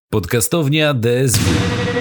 Podcastownia DSW.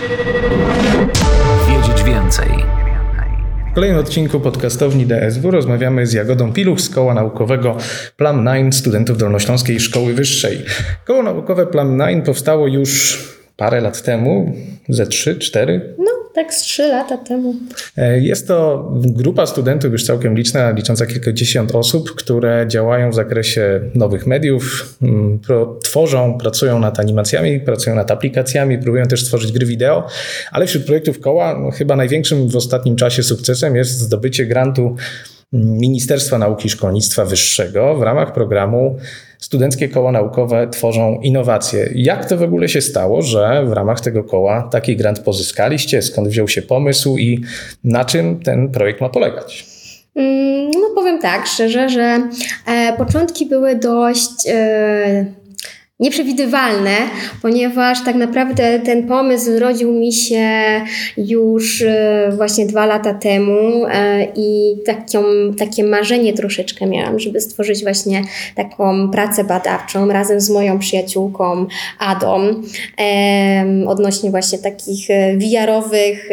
Wiedzieć więcej. W kolejnym odcinku podcastowni DSW rozmawiamy z Jagodą Piluch z Koła Naukowego Plum 9 studentów Dolnośląskiej Szkoły Wyższej. Koło Naukowe Plum 9 powstało już parę lat temu, ze 3-4? Tak z 3 lata temu. Jest to grupa studentów już całkiem liczna, licząca kilkadziesiąt osób, które działają w zakresie nowych mediów, pracują nad animacjami, pracują nad aplikacjami, próbują też stworzyć gry wideo, ale wśród projektów koła chyba największym w ostatnim czasie sukcesem jest zdobycie grantu Ministerstwa Nauki i Szkolnictwa Wyższego w ramach programu Studenckie Koła Naukowe tworzą innowacje. Jak to w ogóle się stało, że w ramach tego koła taki grant pozyskaliście? Skąd wziął się pomysł i na czym ten projekt ma polegać? Powiem tak szczerze, że początki były dość nieprzewidywalne, ponieważ tak naprawdę ten pomysł zrodził mi się już właśnie 2 lata temu i takie marzenie troszeczkę miałam, żeby stworzyć właśnie taką pracę badawczą razem z moją przyjaciółką Adą odnośnie właśnie takich VR-owych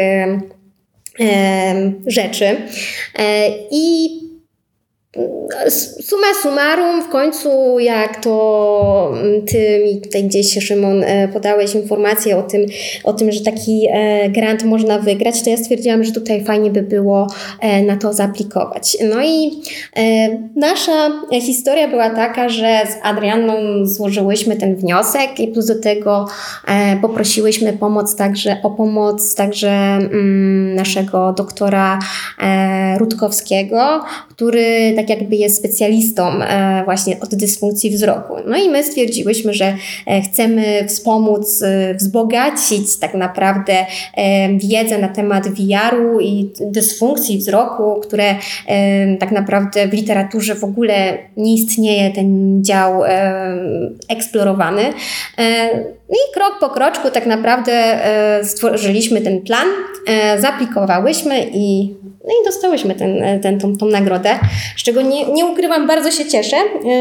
rzeczy i summa summarum, w końcu jak to ty mi tutaj gdzieś, Szymon, podałeś informację o tym, że taki grant można wygrać, to ja stwierdziłam, że tutaj fajnie by było na to zaaplikować. No i nasza historia była taka, że z Adrianną złożyłyśmy ten wniosek i plus do tego poprosiłyśmy o pomoc także naszego doktora Rutkowskiego, który tak jakby jest specjalistą właśnie od dysfunkcji wzroku. No i my stwierdziłyśmy, że chcemy wspomóc, wzbogacić tak naprawdę wiedzę na temat VR-u i dysfunkcji wzroku, które tak naprawdę w literaturze w ogóle nie istnieje ten dział eksplorowany. I krok po kroczku tak naprawdę stworzyliśmy ten plan, zaaplikowałyśmy i dostałyśmy tą nagrodę, z czego nie ukrywam, bardzo się cieszę,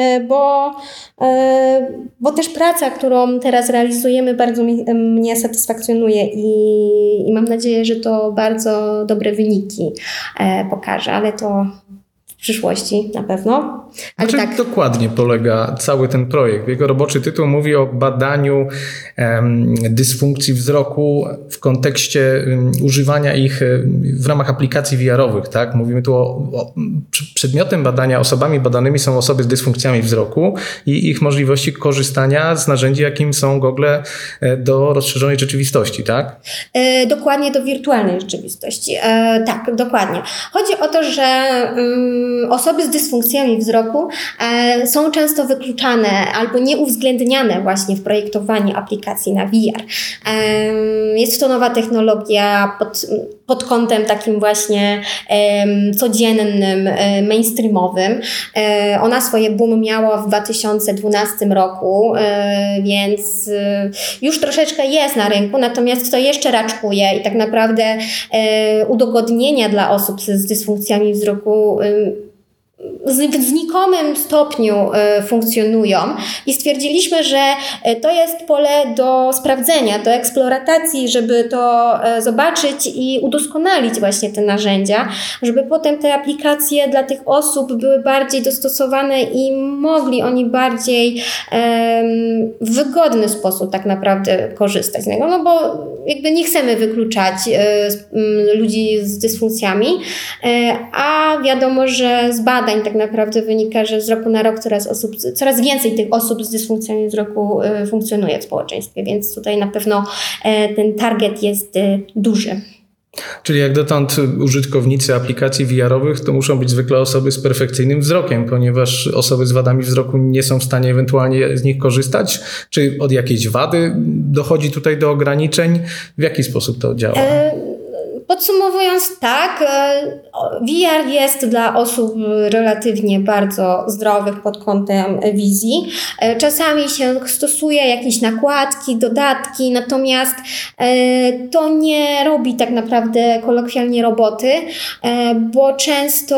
bo też praca, którą teraz realizujemy, bardzo mnie satysfakcjonuje i mam nadzieję, że to bardzo dobre wyniki pokaże, ale to w przyszłości na pewno. Na czym dokładnie polega cały ten projekt? Jego roboczy tytuł mówi o badaniu dysfunkcji wzroku w kontekście używania ich w ramach aplikacji VR-owych, tak? Mówimy tu przedmiotem badania, osobami badanymi są osoby z dysfunkcjami wzroku i ich możliwości korzystania z narzędzi, jakim są gogle do rozszerzonej rzeczywistości, tak? Dokładnie, do wirtualnej rzeczywistości. Tak, dokładnie. Chodzi o to, że osoby z dysfunkcjami wzroku są często wykluczane albo nieuwzględniane właśnie w projektowaniu aplikacji na VR. Jest to nowa technologia pod kątem takim właśnie codziennym, mainstreamowym. Ona swoje boom miała w 2012 roku, więc już troszeczkę jest na rynku, natomiast to jeszcze raczkuje i tak naprawdę udogodnienia dla osób z dysfunkcjami wzroku w znikomym stopniu funkcjonują i stwierdziliśmy, że to jest pole do sprawdzenia, do eksploracji, żeby to zobaczyć i udoskonalić właśnie te narzędzia, żeby potem te aplikacje dla tych osób były bardziej dostosowane i mogli oni bardziej w wygodny sposób tak naprawdę korzystać z niego, no bo jakby nie chcemy wykluczać ludzi z dysfunkcjami, a wiadomo, że z badań tak naprawdę wynika, że z roku na rok coraz więcej tych osób z dysfunkcjami wzroku funkcjonuje w społeczeństwie, więc tutaj na pewno ten target jest duży. Czyli jak dotąd użytkownicy aplikacji VR-owych to muszą być zwykle osoby z perfekcyjnym wzrokiem, ponieważ osoby z wadami wzroku nie są w stanie ewentualnie z nich korzystać? Czy od jakiejś wady dochodzi tutaj do ograniczeń? W jaki sposób to działa? Podsumowując tak, VR jest dla osób relatywnie bardzo zdrowych pod kątem wizji. Czasami się stosuje jakieś nakładki, dodatki, natomiast to nie robi tak naprawdę kolokwialnie roboty, bo często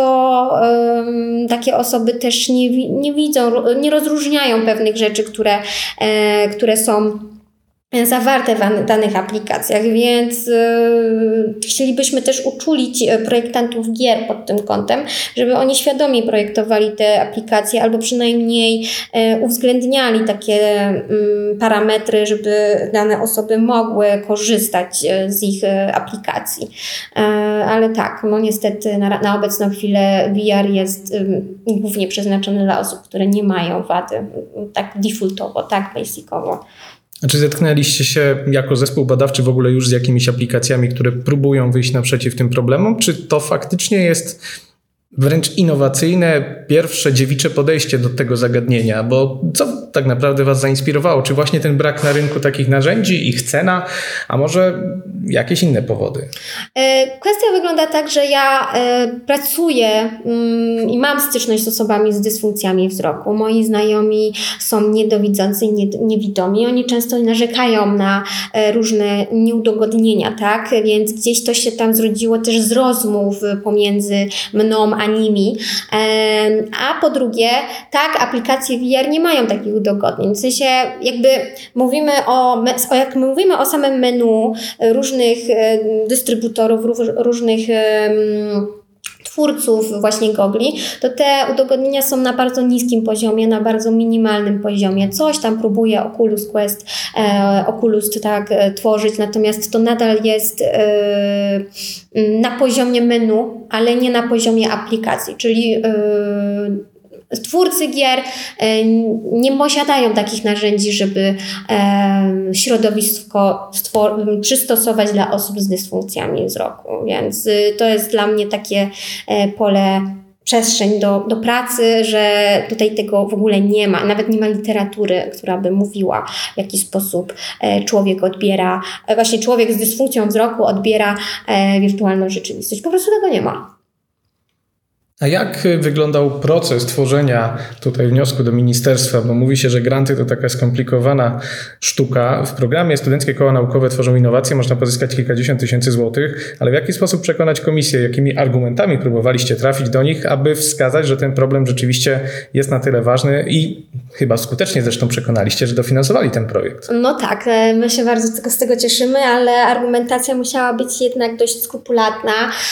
takie osoby też nie widzą, nie rozróżniają pewnych rzeczy, które są zawarte w danych aplikacjach, więc chcielibyśmy też uczulić projektantów gier pod tym kątem, żeby oni świadomie projektowali te aplikacje albo przynajmniej uwzględniali takie parametry, żeby dane osoby mogły korzystać z ich aplikacji. Ale tak, no niestety na obecną chwilę VR jest głównie przeznaczony dla osób, które nie mają wady, tak defaultowo, tak basicowo. A czy zetknęliście się jako zespół badawczy w ogóle już z jakimiś aplikacjami, które próbują wyjść naprzeciw tym problemom? Czy to faktycznie jest wręcz innowacyjne, pierwsze dziewicze podejście do tego zagadnienia? Bo co tak naprawdę Was zainspirowało? Czy właśnie ten brak na rynku takich narzędzi, ich cena, a może jakieś inne powody? Kwestia wygląda tak, że ja pracuję i mam styczność z osobami z dysfunkcjami wzroku. Moi znajomi są niedowidzący i niewidomi. Oni często narzekają na różne nieudogodnienia, tak? Więc gdzieś to się tam zrodziło też z rozmów pomiędzy mną a nimi. A po drugie, tak, aplikacje VR nie mają takich udogodnień. W sensie jakby jak mówimy o samym menu różnych dystrybutorów, różnych twórców właśnie gogli, to te udogodnienia są na bardzo niskim poziomie, na bardzo minimalnym poziomie. Coś tam próbuje Oculus tak tworzyć, natomiast to nadal jest na poziomie menu, ale nie na poziomie aplikacji, czyli twórcy gier nie posiadają takich narzędzi, żeby środowisko przystosować dla osób z dysfunkcjami wzroku. Więc to jest dla mnie takie przestrzeń do pracy, że tutaj tego w ogóle nie ma. Nawet nie ma literatury, która by mówiła, w jaki sposób człowiek z dysfunkcją wzroku odbiera wirtualną rzeczywistość. Po prostu tego nie ma. A jak wyglądał proces tworzenia tutaj wniosku do ministerstwa? Bo mówi się, że granty to taka skomplikowana sztuka. W programie Studenckie Koła Naukowe tworzą innowacje, można pozyskać kilkadziesiąt tysięcy złotych, ale w jaki sposób przekonać komisję? Jakimi argumentami próbowaliście trafić do nich, aby wskazać, że ten problem rzeczywiście jest na tyle ważny i chyba skutecznie zresztą przekonaliście, że dofinansowali ten projekt? No tak, my się bardzo z tego cieszymy, ale argumentacja musiała być jednak dość skrupulatna.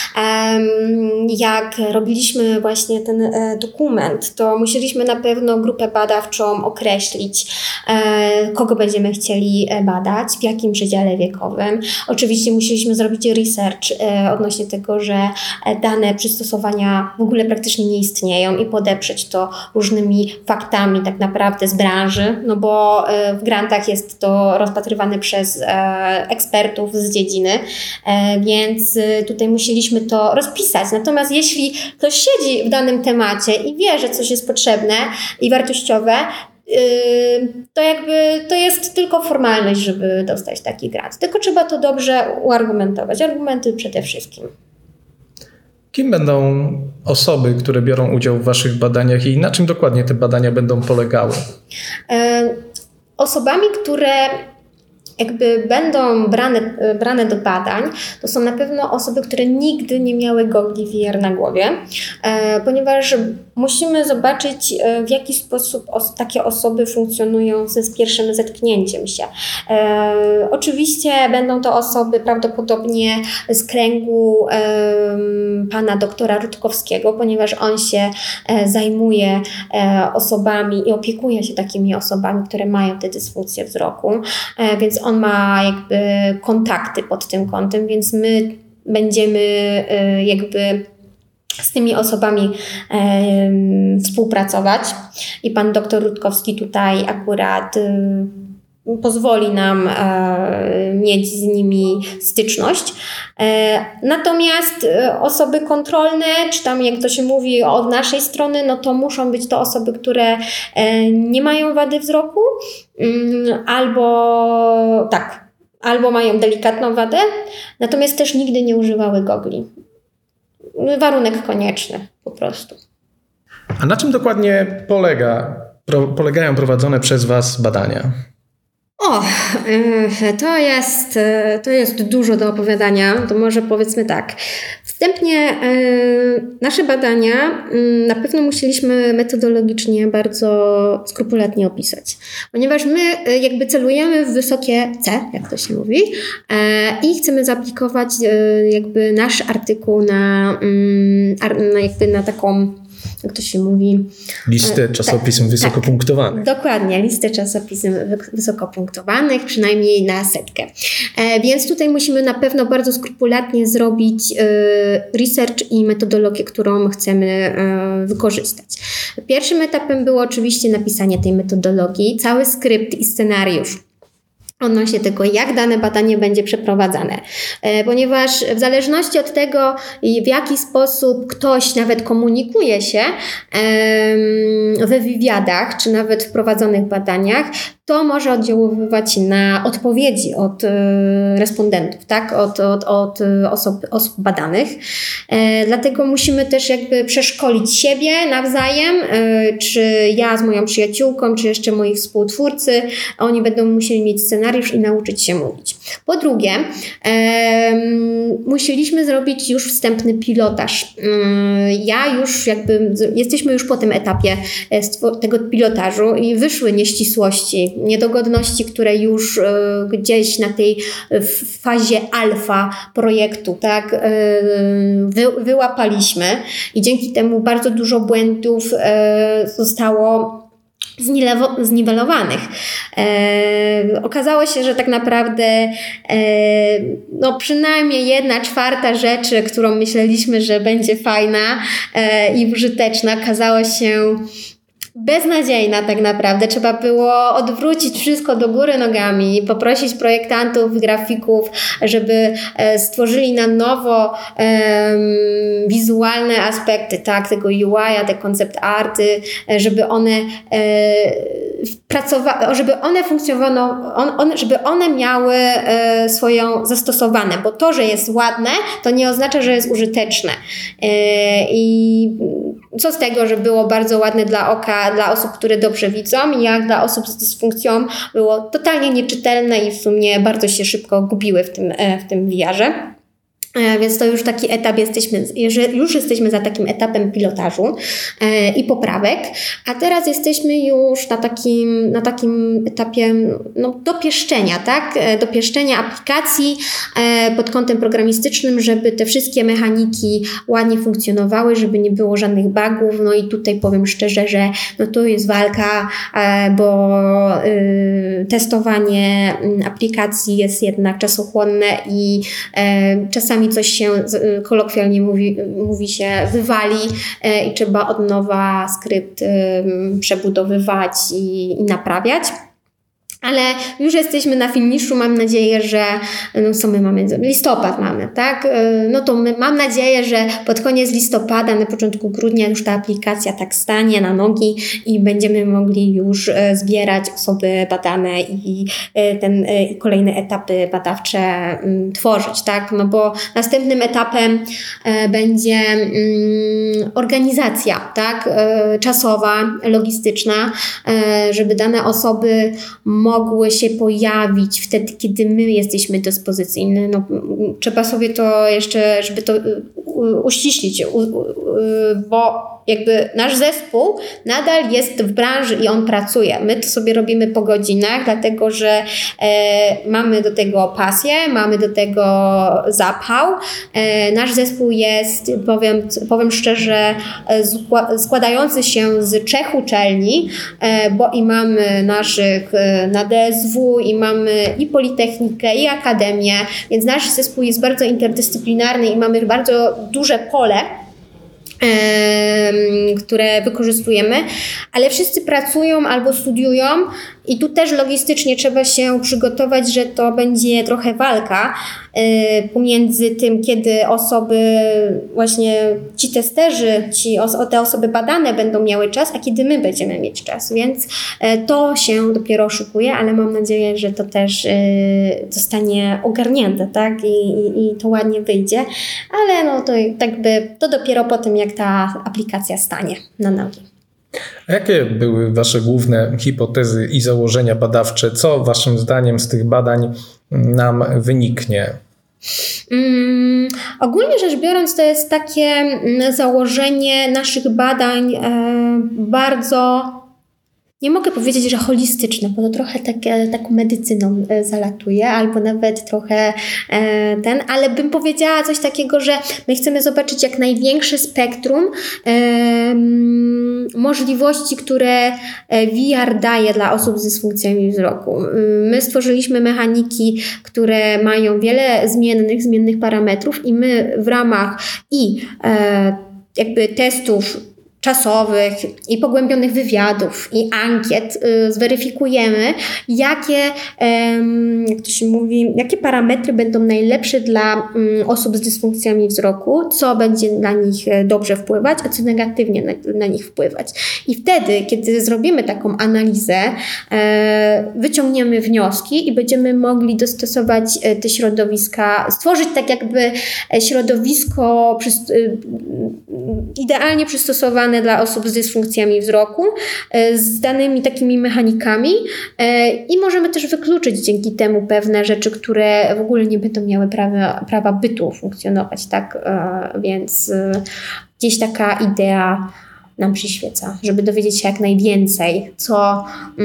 Jak robiliśmy właśnie ten dokument, to musieliśmy na pewno grupę badawczą określić, kogo będziemy chcieli badać, w jakim przedziale wiekowym. Oczywiście musieliśmy zrobić research odnośnie tego, że dane przystosowania w ogóle praktycznie nie istnieją i podeprzeć to różnymi faktami tak naprawdę z branży, no bo w grantach jest to rozpatrywane przez ekspertów z dziedziny, więc tutaj musieliśmy to rozpisać. Natomiast jeśli ktoś siedzi w danym temacie i wie, że coś jest potrzebne i wartościowe, to jakby to jest tylko formalność, żeby dostać taki grant. Tylko trzeba to dobrze uargumentować. Argumenty przede wszystkim. Kim będą osoby, które biorą udział w Waszych badaniach i na czym dokładnie te badania będą polegały? Osobami, które jakby będą brane do badań, to są na pewno osoby, które nigdy nie miały gogli VR na głowie, ponieważ musimy zobaczyć, w jaki sposób takie osoby funkcjonują z pierwszym zetknięciem się. Oczywiście będą to osoby prawdopodobnie z kręgu pana doktora Rutkowskiego, ponieważ on się zajmuje osobami i opiekuje się takimi osobami, które mają te dysfunkcje wzroku, więc on ma jakby kontakty pod tym kątem, więc my będziemy jakby z tymi osobami współpracować i pan doktor Rutkowski tutaj akurat pozwoli nam mieć z nimi styczność. Natomiast osoby kontrolne, czy tam jak to się mówi od naszej strony, no to muszą być to osoby, które nie mają wady wzroku albo mają delikatną wadę, natomiast też nigdy nie używały gogli. Warunek konieczny po prostu. A na czym dokładnie polegają prowadzone przez Was badania? To jest dużo do opowiadania. To może powiedzmy tak. Wstępnie nasze badania na pewno musieliśmy metodologicznie bardzo skrupulatnie opisać, ponieważ my jakby celujemy w wysokie C, jak to się mówi, i chcemy zaaplikować jakby nasz artykuł na taką, jak to się mówi? Listę czasopism wysokopunktowanych. Tak, dokładnie, listę czasopism wysokopunktowanych, przynajmniej na 100. Więc tutaj musimy na pewno bardzo skrupulatnie zrobić research i metodologię, którą chcemy wykorzystać. Pierwszym etapem było oczywiście napisanie tej metodologii, cały skrypt i scenariusz odnośnie tego, jak dane badanie będzie przeprowadzane. Ponieważ w zależności od tego, w jaki sposób ktoś nawet komunikuje się we wywiadach, czy nawet w prowadzonych badaniach, to może oddziaływać na odpowiedzi od respondentów, tak? Od osób badanych. Dlatego musimy też jakby przeszkolić siebie nawzajem, czy ja z moją przyjaciółką, czy jeszcze moi współtwórcy. Oni będą musieli mieć scenariusz i nauczyć się mówić. Po drugie, musieliśmy zrobić już wstępny pilotaż. Jesteśmy już po tym etapie tego pilotażu i wyszły nieścisłości, niedogodności, które już gdzieś na tej fazie alfa projektu, tak, wyłapaliśmy i dzięki temu bardzo dużo błędów zostało zniwelowanych. Okazało się, że tak naprawdę przynajmniej 1/4 rzeczy, którą myśleliśmy, że będzie fajna i użyteczna, okazało się beznadziejna tak naprawdę. Trzeba było odwrócić wszystko do góry nogami, poprosić projektantów, grafików, żeby stworzyli na nowo wizualne aspekty, tak, tego UI-a, te concept arty, żeby one żeby one funkcjonowały, żeby one miały swoją zastosowane, bo to, że jest ładne, to nie oznacza, że jest użyteczne. I co z tego, że było bardzo ładne dla oka, dla osób, które dobrze widzą, jak dla osób z dysfunkcją było totalnie nieczytelne i w sumie bardzo się szybko gubiły w tym VR-ze. Więc to już taki etap jesteśmy za takim etapem pilotażu i poprawek, a teraz jesteśmy już na takim etapie dopieszczenia, tak? Dopieszczenia aplikacji pod kątem programistycznym, żeby te wszystkie mechaniki ładnie funkcjonowały, żeby nie było żadnych bugów. No i tutaj powiem szczerze, że to jest walka, bo testowanie aplikacji jest jednak czasochłonne i czasami coś się kolokwialnie mówi się wywali i trzeba od nowa skrypt przebudowywać i naprawiać. Ale już jesteśmy na finiszu, mam nadzieję, że co my mamy? Listopad mamy, tak? No to mam nadzieję, że pod koniec listopada, na początku grudnia już ta aplikacja tak stanie na nogi i będziemy mogli już zbierać osoby badane i kolejne etapy badawcze tworzyć, tak? No bo następnym etapem będzie organizacja, tak? Czasowa, logistyczna, żeby dane osoby mogły się pojawić wtedy, kiedy my jesteśmy dyspozycyjni. Trzeba sobie to jeszcze, żeby to uściślić, bo jakby nasz zespół nadal jest w branży i on pracuje. My to sobie robimy po godzinach, dlatego że mamy do tego pasję, mamy do tego zapał. Nasz zespół jest, powiem szczerze, składający się z 3 uczelni, bo i mamy naszych na DSW, i mamy i Politechnikę, i Akademię, więc nasz zespół jest bardzo interdyscyplinarny i mamy bardzo duże pole, które wykorzystujemy, ale wszyscy pracują albo studiują i tu też logistycznie trzeba się przygotować, że to będzie trochę walka pomiędzy tym, kiedy osoby, właśnie ci testerzy, te osoby badane będą miały czas, a kiedy my będziemy mieć czas, więc to się dopiero szykuje, ale mam nadzieję, że to też zostanie ogarnięte, tak? I to ładnie wyjdzie, ale to dopiero po tym, jak ta aplikacja stanie na nogi. A jakie były Wasze główne hipotezy i założenia badawcze? Co Waszym zdaniem z tych badań nam wyniknie? Ogólnie rzecz biorąc, to jest takie założenie naszych badań bardzo, nie mogę powiedzieć, że holistyczne, bo to trochę taką medycyną zalatuje, albo nawet trochę ale bym powiedziała coś takiego, że my chcemy zobaczyć jak największe spektrum możliwości, które VR daje dla osób z dysfunkcjami wzroku. My stworzyliśmy mechaniki, które mają wiele zmiennych parametrów i my w ramach jakby testów czasowych i pogłębionych wywiadów i ankiet zweryfikujemy, jakie parametry będą najlepsze dla osób z dysfunkcjami wzroku, co będzie na nich dobrze wpływać, a co negatywnie na nich wpływać. I wtedy, kiedy zrobimy taką analizę, wyciągniemy wnioski i będziemy mogli dostosować te środowiska, stworzyć tak jakby środowisko idealnie przystosowane dla osób z dysfunkcjami wzroku, z danymi takimi mechanikami i możemy też wykluczyć dzięki temu pewne rzeczy, które w ogóle nie będą miały prawa bytu funkcjonować, tak? Więc gdzieś taka idea nam przyświeca, żeby dowiedzieć się jak najwięcej, co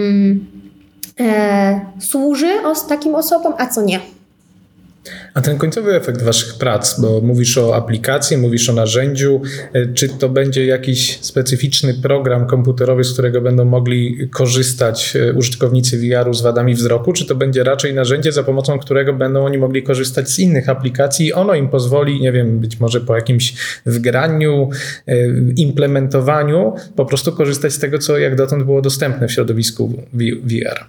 służy takim osobom, a co nie. A ten końcowy efekt Waszych prac, bo mówisz o aplikacji, mówisz o narzędziu, czy to będzie jakiś specyficzny program komputerowy, z którego będą mogli korzystać użytkownicy VR-u z wadami wzroku, czy to będzie raczej narzędzie, za pomocą którego będą oni mogli korzystać z innych aplikacji i ono im pozwoli, nie wiem, być może po jakimś wgraniu, implementowaniu, po prostu korzystać z tego, co jak dotąd było dostępne w środowisku VR.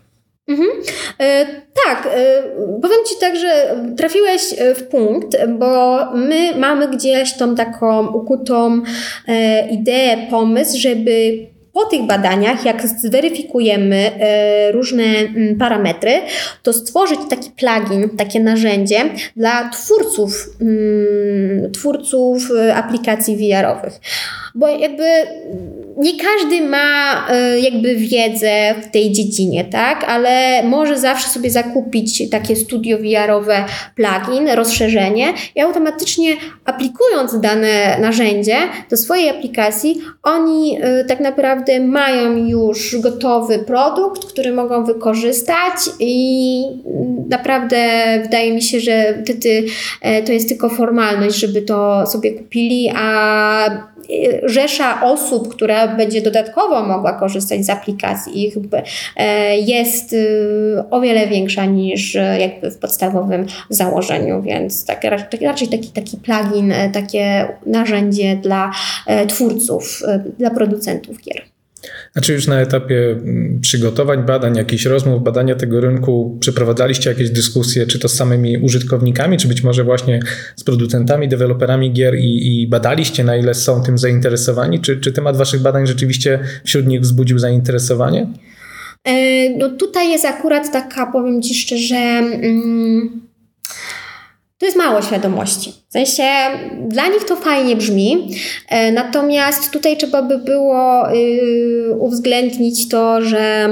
Tak, powiem Ci tak, że trafiłeś w punkt, bo my mamy gdzieś tą taką ukutą ideę, pomysł, żeby po tych badaniach, jak zweryfikujemy różne parametry, to stworzyć taki plugin, takie narzędzie dla twórców aplikacji VR-owych. Bo jakby nie każdy ma jakby wiedzę w tej dziedzinie, tak? Ale może zawsze sobie zakupić takie studio VR-owe plugin, rozszerzenie i automatycznie aplikując dane narzędzie do swojej aplikacji, oni tak naprawdę mają już gotowy produkt, który mogą wykorzystać i naprawdę wydaje mi się, że wtedy to jest tylko formalność, żeby to sobie kupili, a rzesza osób, która będzie dodatkowo mogła korzystać z aplikacji ich jest o wiele większa niż jakby w podstawowym założeniu, więc raczej taki plugin, takie narzędzie dla twórców, dla producentów gier. A czy już na etapie przygotowań, badań, jakichś rozmów, badania tego rynku przeprowadzaliście jakieś dyskusje, czy to z samymi użytkownikami, czy być może właśnie z producentami, deweloperami gier i badaliście, na ile są tym zainteresowani? Czy temat waszych badań rzeczywiście wśród nich wzbudził zainteresowanie? No tutaj jest akurat taka, powiem Ci szczerze, to jest mało świadomości. W sensie dla nich to fajnie brzmi, natomiast tutaj trzeba by było uwzględnić to, że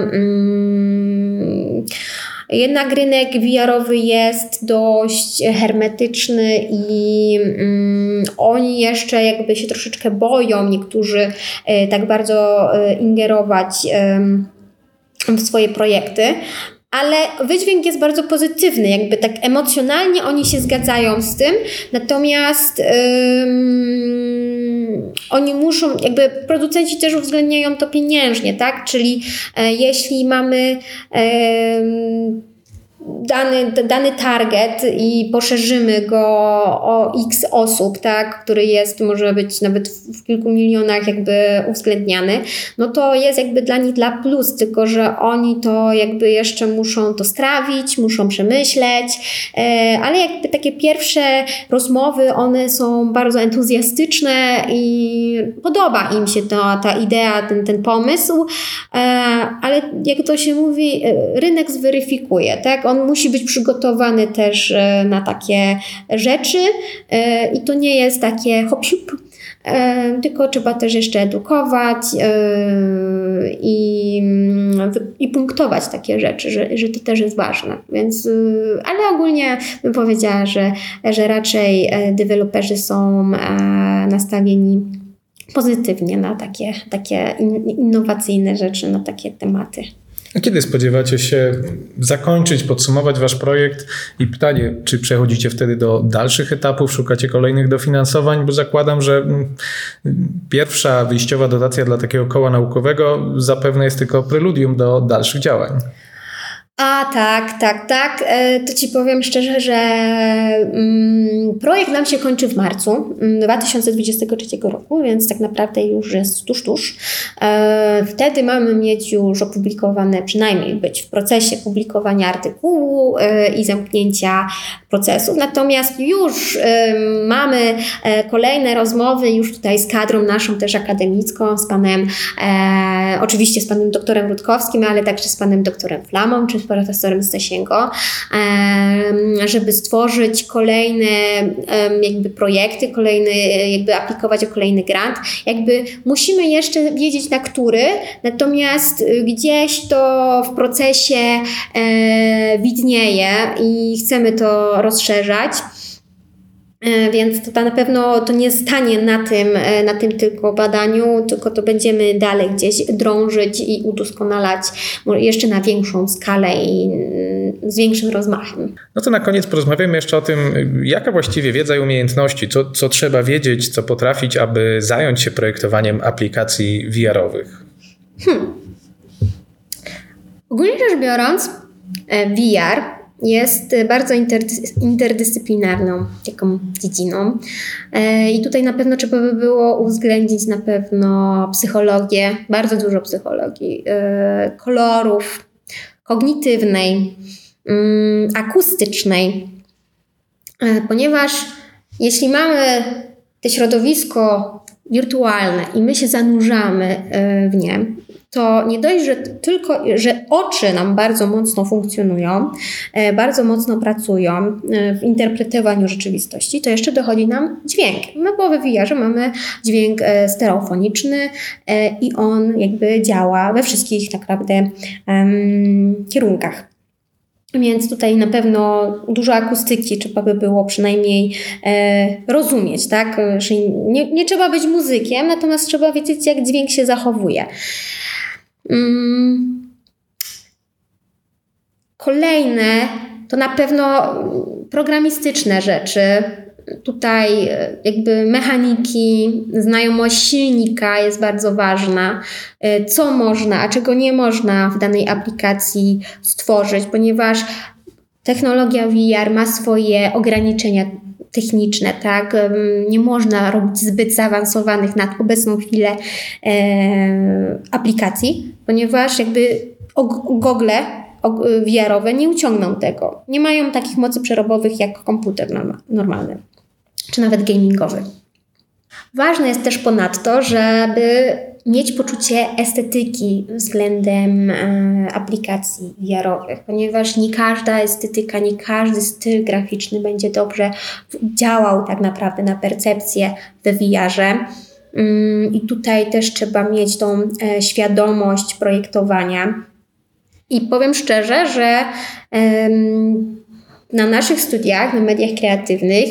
jednak rynek VR-owy jest dość hermetyczny i oni jeszcze jakby się troszeczkę boją, niektórzy tak bardzo ingerować w swoje projekty. Ale wydźwięk jest bardzo pozytywny, jakby tak emocjonalnie oni się zgadzają z tym, natomiast oni muszą, jakby producenci też uwzględniają to pieniężnie, tak? Czyli jeśli mamy dany target i poszerzymy go o x osób, tak, który może być nawet w kilku milionach jakby uwzględniany, no to jest jakby dla nich dla plus, tylko że oni to jakby jeszcze muszą to strawić, muszą przemyśleć, ale jakby takie pierwsze rozmowy, one są bardzo entuzjastyczne i podoba im się ta idea, ten pomysł, ale jak to się mówi, rynek zweryfikuje, tak? On musi być przygotowany też na takie rzeczy i to nie jest takie hop siup, tylko trzeba też jeszcze edukować i punktować takie rzeczy, że to też jest ważne. Więc, ale ogólnie bym powiedziała, że raczej deweloperzy są nastawieni pozytywnie na takie innowacyjne rzeczy, na takie tematy. A kiedy spodziewacie się zakończyć, podsumować wasz projekt i pytanie, czy przechodzicie wtedy do dalszych etapów, szukacie kolejnych dofinansowań, bo zakładam, że pierwsza wyjściowa dotacja dla takiego koła naukowego zapewne jest tylko preludium do dalszych działań. Tak. To Ci powiem szczerze, że projekt nam się kończy w marcu 2023 roku, więc tak naprawdę już jest tuż. Wtedy mamy mieć już opublikowane, przynajmniej być w procesie publikowania artykułu i zamknięcia procesów. Natomiast już mamy kolejne rozmowy już tutaj z kadrą naszą też akademicką, z panem, oczywiście z panem doktorem Rutkowskim, ale także z panem doktorem Flamą, czy z profesorem Stasienko, żeby stworzyć kolejne jakby projekty, jakby aplikować o kolejny grant. Jakby musimy jeszcze wiedzieć na który, natomiast gdzieś to w procesie widnieje i chcemy to rozszerzać. Więc to na pewno to nie stanie na tym tylko badaniu, tylko to będziemy dalej gdzieś drążyć i udoskonalać jeszcze na większą skalę i z większym rozmachem. No to na koniec porozmawiamy jeszcze o tym, jaka właściwie wiedza i umiejętności, co trzeba wiedzieć, co potrafić, aby zająć się projektowaniem aplikacji VR-owych. Ogólnie rzecz biorąc, VR jest bardzo interdyscyplinarną taką dziedziną i tutaj na pewno trzeba by było uwzględnić na pewno psychologię, bardzo dużo psychologii, kolorów, kognitywnej, akustycznej, ponieważ jeśli mamy to środowisko wirtualne i my się zanurzamy w nie, to nie dość, że oczy nam bardzo mocno funkcjonują, bardzo mocno pracują w interpretowaniu rzeczywistości, to jeszcze dochodzi nam dźwięk. No bo w VR-ze mamy dźwięk stereofoniczny i on jakby działa we wszystkich naprawdę kierunkach. Więc tutaj na pewno dużo akustyki trzeba by było przynajmniej rozumieć, tak? Że nie trzeba być muzykiem, natomiast trzeba wiedzieć, jak dźwięk się zachowuje. Kolejne to na pewno programistyczne rzeczy. Tutaj jakby mechaniki, znajomość silnika jest bardzo ważna. Co można, a czego nie można w danej aplikacji stworzyć, ponieważ technologia VR ma swoje ograniczenia techniczne, tak? Nie można robić zbyt zaawansowanych na obecną chwilę aplikacji, ponieważ jakby gogle VR-owe nie uciągną tego. Nie mają takich mocy przerobowych jak komputer normalny, czy nawet gamingowy. Ważne jest też ponadto, żeby mieć poczucie estetyki względem aplikacji VR-owych, ponieważ nie każda estetyka, nie każdy styl graficzny będzie dobrze działał tak naprawdę na percepcję we VR-ze. I tutaj też trzeba mieć tą świadomość projektowania. I powiem szczerze, że na naszych studiach, na mediach kreatywnych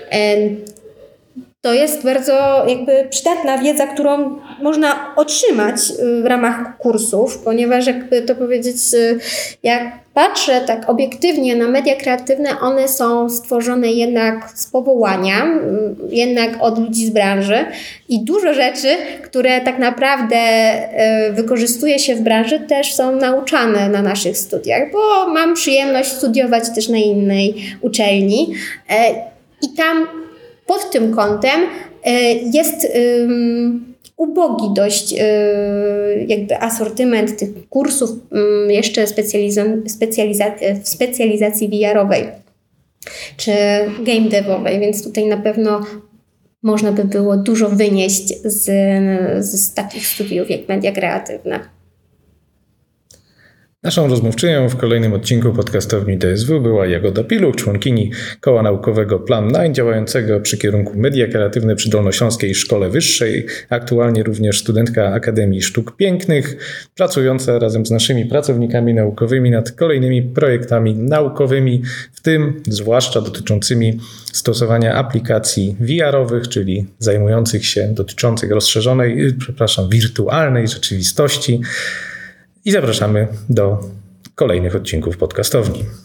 to jest bardzo jakby przydatna wiedza, którą można otrzymać w ramach kursów, ponieważ jakby to powiedzieć, jak patrzę tak obiektywnie na media kreatywne, one są stworzone jednak z powołania, jednak od ludzi z branży i dużo rzeczy, które tak naprawdę wykorzystuje się w branży, też są nauczane na naszych studiach, bo mam przyjemność studiować też na innej uczelni i tam pod tym kątem jest ubogi dość jakby asortyment tych kursów jeszcze w specjalizacji VR-owej czy game devowej, więc tutaj na pewno można by było dużo wynieść z takich studiów jak media kreatywne. Naszą rozmówczynią w kolejnym odcinku podcastowni DSW była Jagoda Piluch, członkini Koła Naukowego Plan 9, działającego przy kierunku Media Kreatywne przy Dolnośląskiej Szkole Wyższej, aktualnie również studentka Akademii Sztuk Pięknych, pracująca razem z naszymi pracownikami naukowymi nad kolejnymi projektami naukowymi, w tym zwłaszcza dotyczącymi stosowania aplikacji VR-owych, czyli dotyczących wirtualnej rzeczywistości. I zapraszamy do kolejnych odcinków podcastowni.